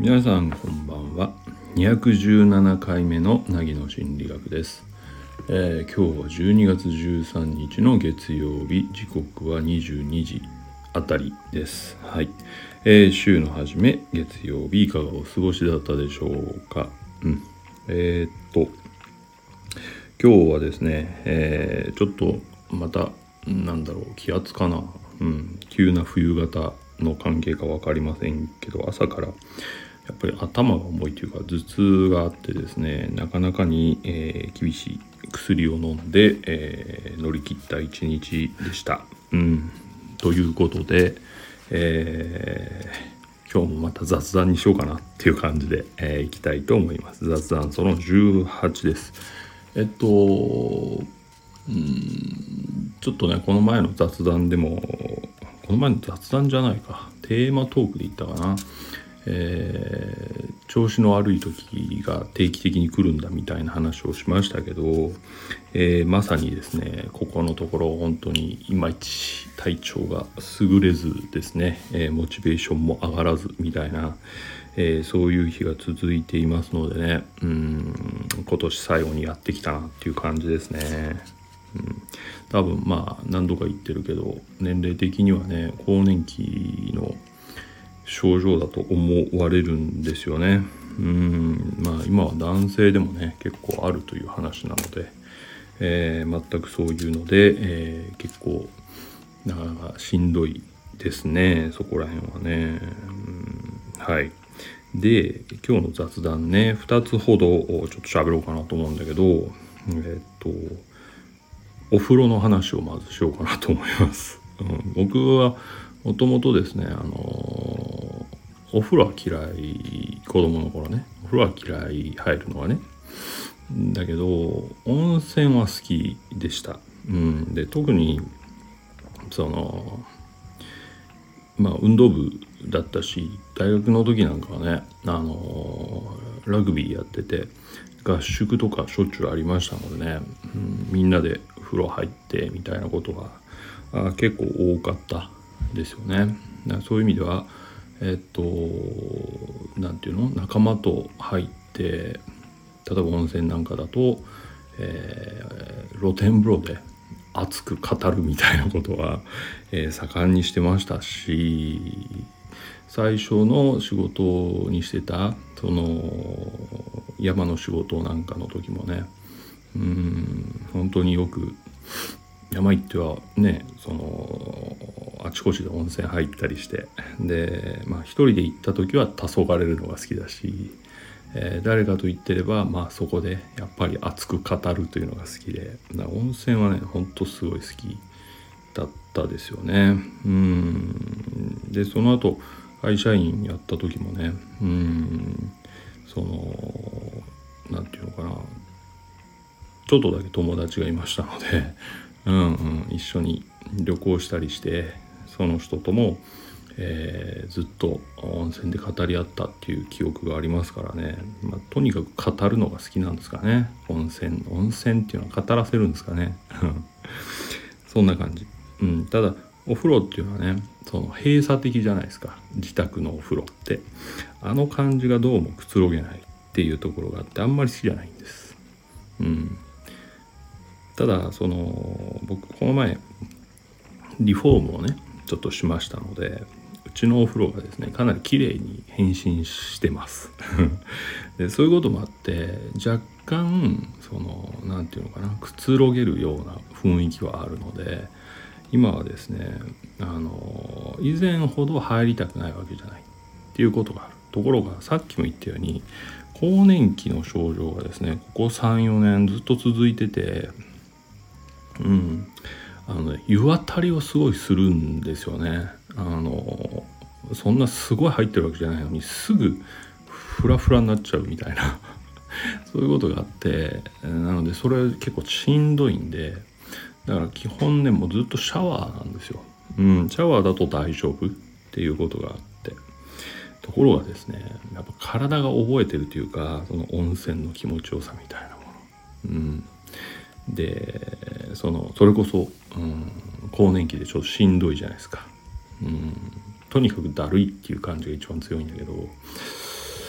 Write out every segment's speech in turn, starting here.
皆さんこんばんは。217回目の凪の心理学です。今日は12月13日の月曜日、時刻は22時あたりです。はい。週の初め月曜日いかがお過ごしだったでしょうか。今日はですね、ちょっとまた気圧かな、急な冬型の関係か分かりませんけど、朝からやっぱり頭が重いというか頭痛があってですね、なかなかに、厳しい薬を飲んで、乗り切った一日でした。ということで、今日もまた雑談にしようかなっていう感じで、いきたいと思います。雑談その18です。ちょっとね、この前の雑談じゃないか、テーマトークで言ったかな、調子の悪い時が定期的に来るんだみたいな話をしましたけど、まさにですね、ここのところ本当にいまいち体調が優れずですね、モチベーションも上がらずみたいな、そういう日が続いていますのでね、今年最後にやってきたなっていう感じですね。多分何度か言ってるけど、年齢的にはね、更年期の症状だと思われるんですよね。今は男性でもね結構あるという話なので、全くそういうので、結構なかなかしんどいですね、そこら辺はね。はい。で、今日の雑談ね、2つほどちょっと喋ろうかなと思うんだけど、お風呂の話をまずしようかなと思います。僕はもともとですね、お風呂は嫌い、子供の頃ね、お風呂は嫌い、入るのはね。だけど温泉は好きでした。で、特に運動部だったし、大学の時なんかはね、ラグビーやってて合宿とかしょっちゅうありましたのでね、みんなで風呂入ってみたいなことが結構多かったですよね。そういう意味では仲間と入って、例えば温泉なんかだと、露天風呂で熱く語るみたいなことは、盛んにしてましたし、最初の仕事にしてたその山の仕事なんかの時もね、本当によく山行ってはね、あちこちで温泉入ったりして、で一人で行った時は黄昏れるのが好きだし、誰かと言ってればそこでやっぱり熱く語るというのが好きで、温泉はね本当すごい好きだったですよね。でその後会社員やった時もね、なんていうのかな、ちょっとだけ友達がいましたので、一緒に旅行したりして、その人とも、ずっと温泉で語り合ったっていう記憶がありますからね。とにかく語るのが好きなんですかね。温泉っていうのは語らせるんですかね。そんな感じ。ただお風呂っていうのはね、閉鎖的じゃないですか、自宅のお風呂って。あの感じがどうもくつろげないっていうところがあって、あんまり好きじゃないんです。ただ僕この前リフォームをねちょっとしましたので、うちのお風呂がですねかなり綺麗に変身してますでそういうこともあって若干なんていうのかな、くつろげるような雰囲気はあるので、今はですね以前ほど入りたくないわけじゃないっていうことがある。ところがさっきも言ったように、更年期の症状がですねここ 3,4 年ずっと続いてて、湯あたりをすごいするんですよね。そんなすごい入ってるわけじゃないのにすぐフラフラになっちゃうみたいなそういうことがあって、なのでそれ結構しんどいんで、だから基本ねもうずっとシャワーなんですよ。シャワーだと大丈夫っていうことがあって、ところがですね、やっぱ体が覚えてるというか、その温泉の気持ちよさみたいなもの、でそれこそ、更年期でちょっとしんどいじゃないですか。とにかくだるいっていう感じが一番強いんだけど、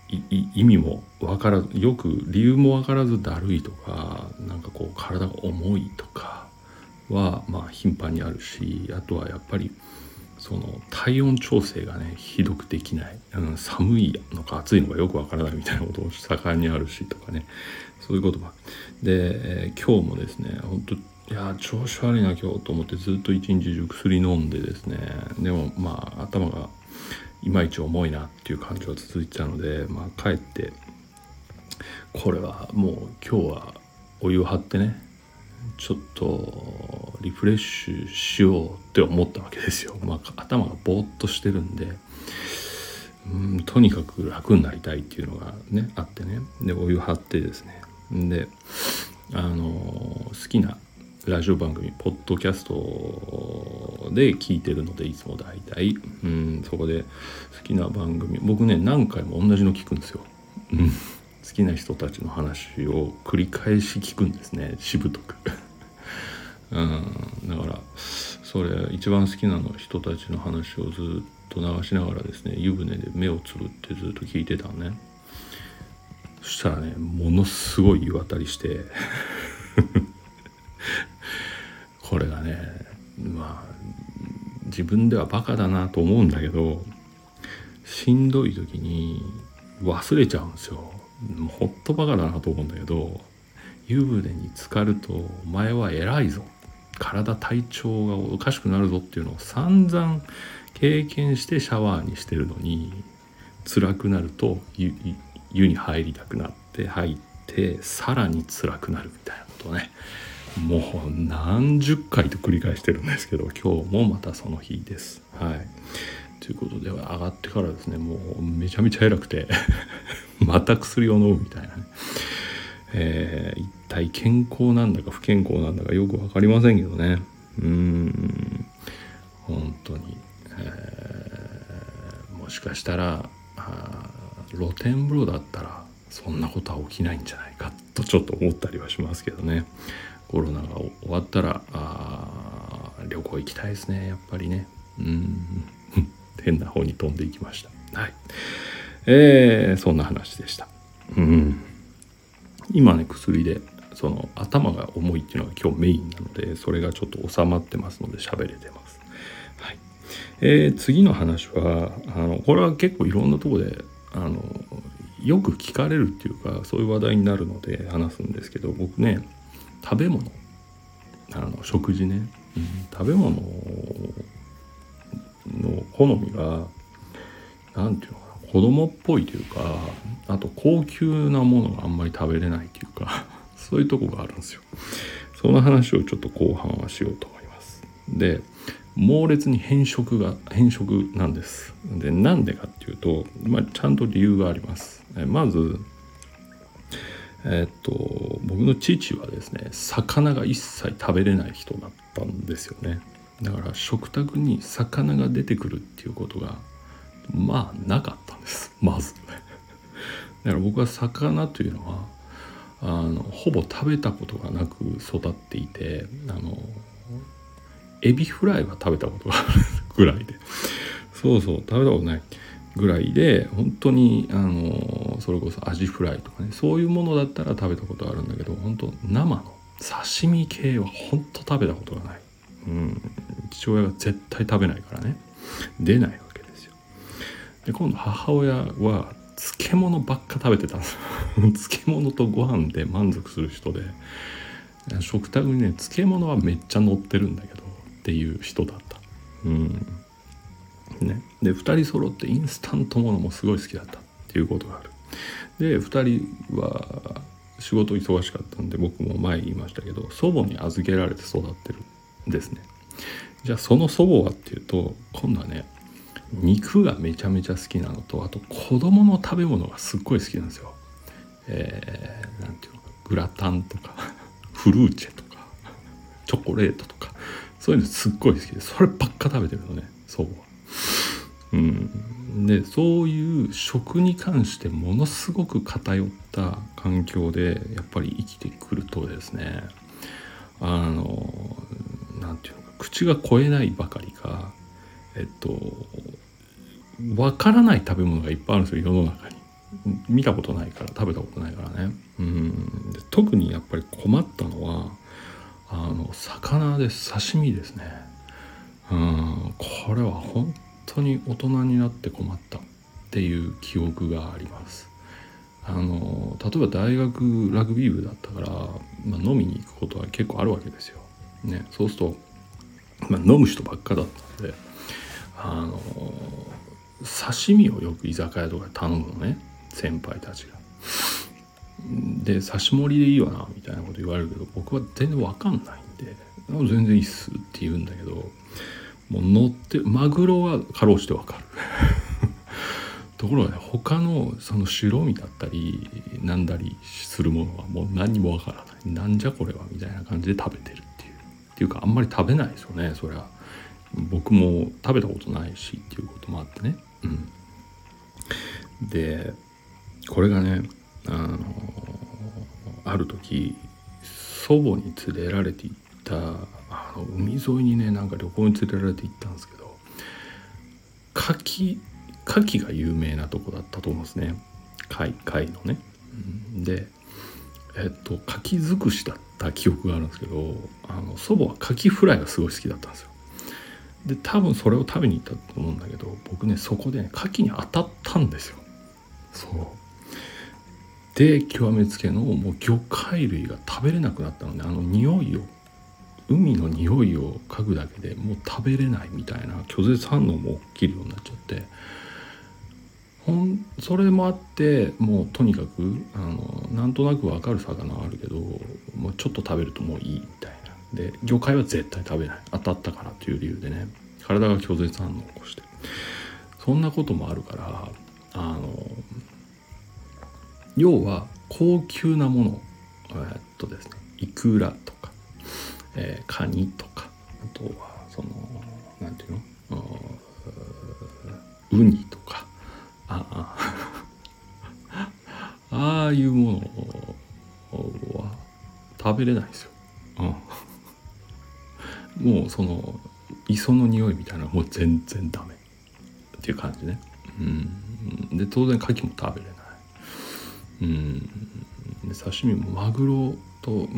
意味も分からず、よく理由も分からずだるいとか、なんかこう体が重いとかは頻繁にあるし、あとはやっぱりその体温調整がねひどくできない、寒いのか暑いのかよく分からないみたいなことを盛んにあるしとかね、そういうこともで、今日もですね本当いや調子悪いな今日と思ってずっと一日中薬飲んでですね、でも頭がいまいち重いなっていう感じが続いてたので、帰ってこれはもう今日はお湯を張ってねちょっとリフレッシュしようって思ったわけですよ。頭がぼーっとしてるんで、とにかく楽になりたいっていうのがねあってね、でお湯張ってですね、で好きなラジオ番組ポッドキャストで聞いてるので、いつも大体そこで好きな番組僕ね何回も同じの聞くんですよ。好きな人たちの話を繰り返し聞くんですね、しぶとくだからそれ一番好きなの人たちの話をずっと流しながらですね、湯船で目をつぶってずっと聞いてたのね。そしたらねものすごい湯あたりしてこれがね自分ではバカだなと思うんだけど、しんどい時に忘れちゃうんですよ。ほっとバカだなと思うんだけど、湯船に浸かるとお前は偉いぞ、体調がおかしくなるぞっていうのを散々経験してシャワーにしてるのに、辛くなると湯に入りたくなって入ってさらに辛くなるみたいなことをねもう何十回と繰り返してるんですけど、今日もまたその日です。ということで上がってからですねもうめちゃめちゃ偉くてまた薬を飲むみたいなね、一体健康なんだか不健康なんだかよく分かりませんけどね。本当に、もしかしたら露天風呂だったらそんなことは起きないんじゃないかとちょっと思ったりはしますけどね。コロナが終わったら旅行行きたいですねやっぱりね。変な方に飛んでいきました。そんな話でした。今ね薬でその頭が重いっていうのが今日メインなので、それがちょっと収まってますので喋れてます。次の話はこれは結構いろんなところでよく聞かれるっていうかそういう話題になるので話すんですけど、僕ね食べ物食事ね、食べ物の好みがなんていうのかな、子供っぽいというか、あと高級なものがあんまり食べれないというかそういうとこがあるんですよ。その話をちょっと後半はしようと思います。で猛烈に偏食なんです。でなんでかっていうと、ちゃんと理由があります。まず僕の父はですね魚が一切食べれない人だったんですよね。だから食卓に魚が出てくるっていうことがなかったんですまずだから僕は魚というのはほぼ食べたことがなく育っていて、エビフライは食べたことがあるぐらいで、食べたことないぐらいで、本当にそれこそアジフライとかねそういうものだったら食べたことあるんだけど、本当生の刺身系は本当食べたことがない。父親が絶対食べないからね出ないわけですよ。で今度母親は漬物ばっか食べてたんです漬物とご飯で満足する人で、食卓にね漬物はめっちゃ乗ってるんだけどっていう人だった。で2人揃ってインスタントものもすごい好きだったっていうことがある。で2人は仕事忙しかったんで、僕も前言いましたけど祖母に預けられて育ってるんですね。じゃあその祖母はっていうと、今度はね肉がめちゃめちゃ好きなのと、あと子供の食べ物がすっごい好きなんですよ。なんていうのか、グラタンとかフルーチェとかチョコレートとかそういうのすっごい好きで、そればっか食べてるのね祖母は。でそういう食に関してものすごく偏った環境でやっぱり生きてくるとですね、なんていうのか、口が肥えないばかりかわからない食べ物がいっぱいあるんですよ世の中に。 見たことないから食べたことないからね。で特にやっぱり困ったのは魚です。刺身ですね。これは本当に大人になって困ったっていう記憶があります。例えば大学ラグビー部だったから、飲みに行くことは結構あるわけですよ、ね、そうすると、飲む人ばっかだったんで刺身をよく居酒屋とかで頼むのね、先輩たちが。で刺し盛りでいいわなみたいなこと言われるけど、僕は全然わかんないんで全然いいっすって言うんだけど、もう乗ってマグロはかろうじてわかるところがね、他のその白身だったりなんだりするものはもう何にもわからない、なんじゃこれはみたいな感じで食べてるっていうか、あんまり食べないですよね。それは僕も食べたことないしっていうこともあってね。でこれがねある時祖母に連れられて行った海沿いにね、なんか旅行に連れられて行ったんですけど、牡蠣が有名なとこだったと思うんですね。貝のね。で牡蠣尽くしだった記憶があるんですけど、祖母は牡蠣フライがすごい好きだったんですよ。で多分それを食べに行ったと思うんだけど、僕ねそこでね牡蠣に当たったんですよ。そうで極めつけのもう魚介類が食べれなくなったので、海の匂いを嗅ぐだけでもう食べれないみたいな拒絶反応も起きるようになっちゃって、それもあってもうとにかくなんとなく分かる魚はあるけど、もうちょっと食べるともういいみたいな。で魚介は絶対食べない、当たったからという理由でね、体が拒絶反応を起こして、そんなこともあるから要は高級なものですね、イクラとか、カニとか、あとはそのなんていうのウニとかああいうものは食べれないですよ。もうその磯の匂いみたいなのはもう全然ダメっていう感じね。で当然牡蠣も食べれない。で刺身もマグロと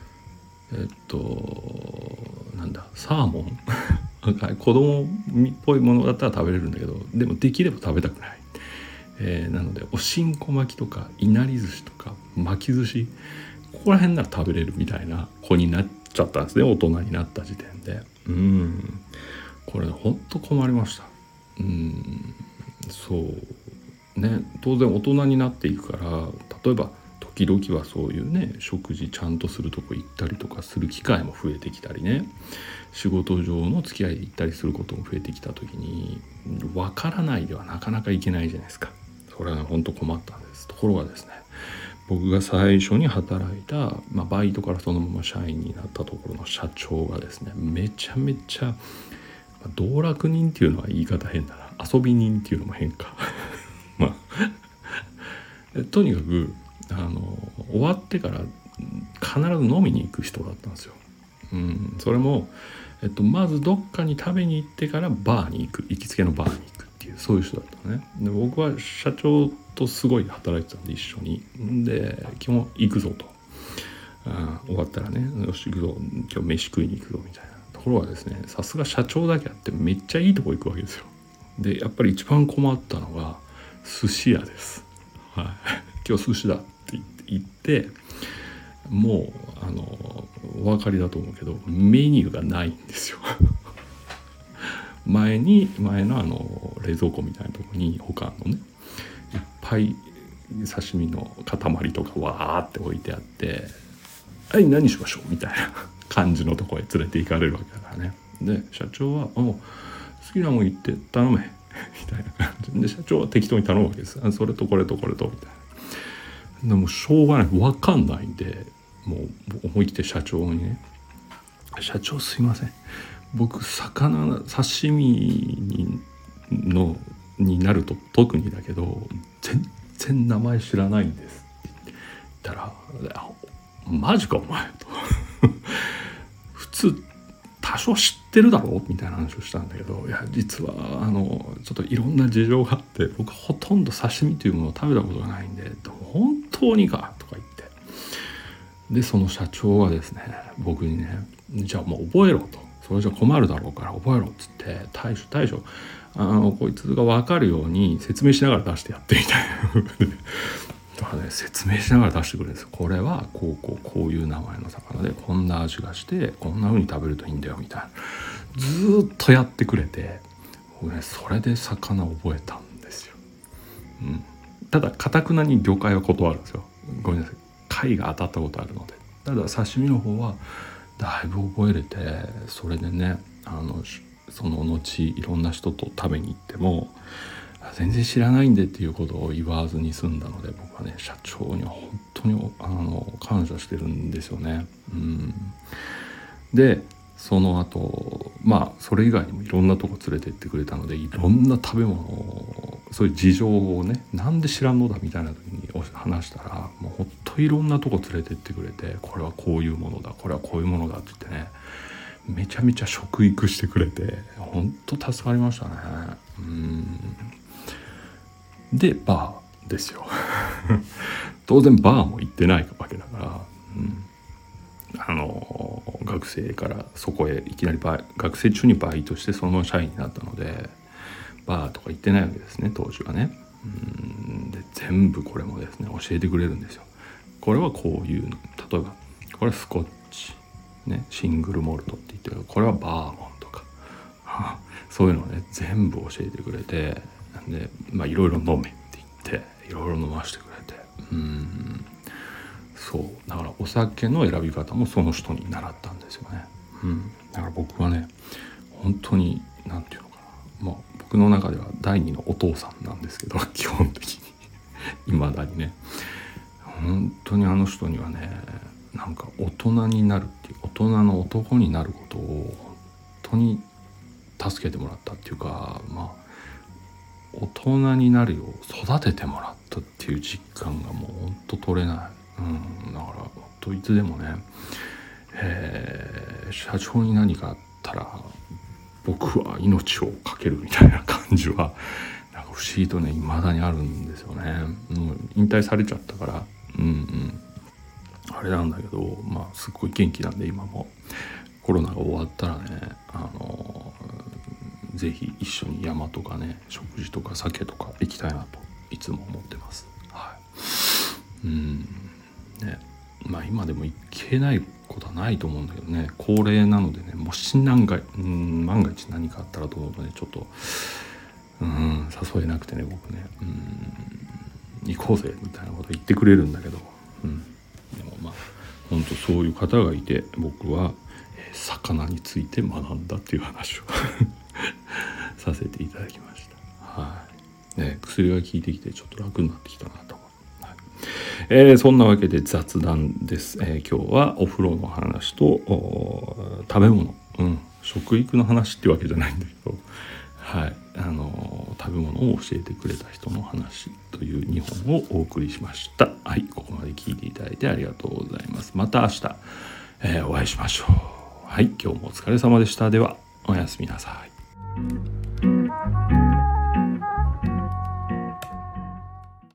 なんだサーモン子供っぽいものだったら食べれるんだけど、でもできれば食べたくない、なのでおしんこ巻きとかいなり寿司とか巻き寿司、ここら辺なら食べれるみたいな子になっちゃったんですね、大人になった時点で。これほんと困りました。そうね、当然大人になっていくから、例えば時々はそういうね食事ちゃんとするとこ行ったりとかする機会も増えてきたりね、仕事上の付き合いで行ったりすることも増えてきた時に分からないではなかなかいけないじゃないですか。それは本当困ったんです。ところがですね、僕が最初に働いた、バイトからそのまま社員になったところの社長がですね、めちゃめちゃ道楽人っていうのは言い方変だな、遊び人っていうのも変かとにかく終わってから必ず飲みに行く人だったんですよ。それも、まずどっかに食べに行ってからバーに行く、行きつけのバーに行くっていう、そういう人だったのね。で僕は社長とすごい働いてたんで一緒に、で基本行くぞと、終わったらね、よし行くぞ、今日飯食いに行くぞみたいなところはですね、さすが社長だけあってめっちゃいいとこ行くわけですよ。でやっぱり一番困ったのが寿司屋です。今日寿司だって言って、もうお分かりだと思うけどメニューがないんですよ前の冷蔵庫みたいなところに他のねいっぱい刺身の塊とかわーって置いてあって、はい何しましょうみたいな感じのところへ連れて行かれるわけだからね。で社長は好きなもん言って頼めみたいな感じで、社長は適当に頼むわけです。それとこれとこれとみたいな。でもしょうがない、分かんないんで、もう思い切って社長にね、社長すいません、僕魚刺身になると特にだけど全然名前知らないんですって言ったら、マジかお前と普通多少知ってるだろうみたいな話をしたんだけど、いや実はちょっといろんな事情があって、僕ほとんど刺身というものを食べたことがないんで、本当にかとか言って、でその社長はですね、僕にね、じゃあもう覚えろと、それじゃ困るだろうから覚えろっつって、大将こいつが分かるように説明しながら出してやってみたいなだからね、説明しながら出してくれるんですよ。これはこういう名前の魚で、こんな味がしてこんな風に食べるといいんだよみたいな、ずーっとやってくれて、僕ねそれで魚を覚えたんですよ。ただ堅くなに魚介は断るんですよ。ごめんなさい、貝が当たったことあるので。ただ刺身の方はだいぶ覚えれて、それでね、その後いろんな人と食べに行っても全然知らないんでっていうことを言わずに済んだので、僕はね社長には本当に感謝してるんですよね。でその後それ以外にもいろんなとこ連れてってくれたので、いろんな食べ物を、そういう事情をね、なんで知らんのだみたいな時に話したら、もうほんといろんなとこ連れてってくれて、これはこういうものだ、これはこういうものだって言ってね、めちゃめちゃ食育してくれて、ほんと助かりましたね。でバーですよ当然バーも行ってないわけだから、学生からそこへいきなり学生中にバイトしてそのまま社員になったので、バーとか行ってないわけですね、当時はね。で全部これもですね教えてくれるんですよ。これはこういうの、例えばこれはスコッチ、ね、シングルモルトって言ってる、これはバーモンとかそういうのをね全部教えてくれて、でいろいろ飲めって言っていろいろ飲ませてくれて、そうだからお酒の選び方もその人に習ったんですよね。だから僕はね本当になんていうのかな、僕の中では第二のお父さんなんですけど、基本的に未だにね、本当にあの人にはね、なんか大人になるっていう、大人の男になることを本当に助けてもらったっていうか、大人になるよう育ててもらったっていう実感がもう本当取れない。だから本当いつでもね、社長に何かあったら僕は命を懸けるみたいな感じはなんか不思議とね未だにあるんですよね。もう引退されちゃったからあれなんだけど、すっごい元気なんで今も。コロナが終わったらね、ぜひ一緒に山とかね、食事とか酒とか行きたいなといつも思ってます。今でも行けないことはないと思うんだけどね、高齢なのでね、もし万が一何かあったらと思うとね、ちょっと誘えなくてね、僕ね、行こうぜみたいなこと言ってくれるんだけど、でも本当そういう方がいて、僕は魚について学んだっていう話をさせていただきました。薬が効いてきてちょっと楽になってきたなと思う。そんなわけで雑談です。今日はお風呂の話と食べ物、食育の話ってわけじゃないんだけど、食べ物を教えてくれた人の話という2本をお送りしました。ここまで聞いていただいてありがとうございます。また明日、お会いしましょう。今日もお疲れ様でした。ではおやすみなさい。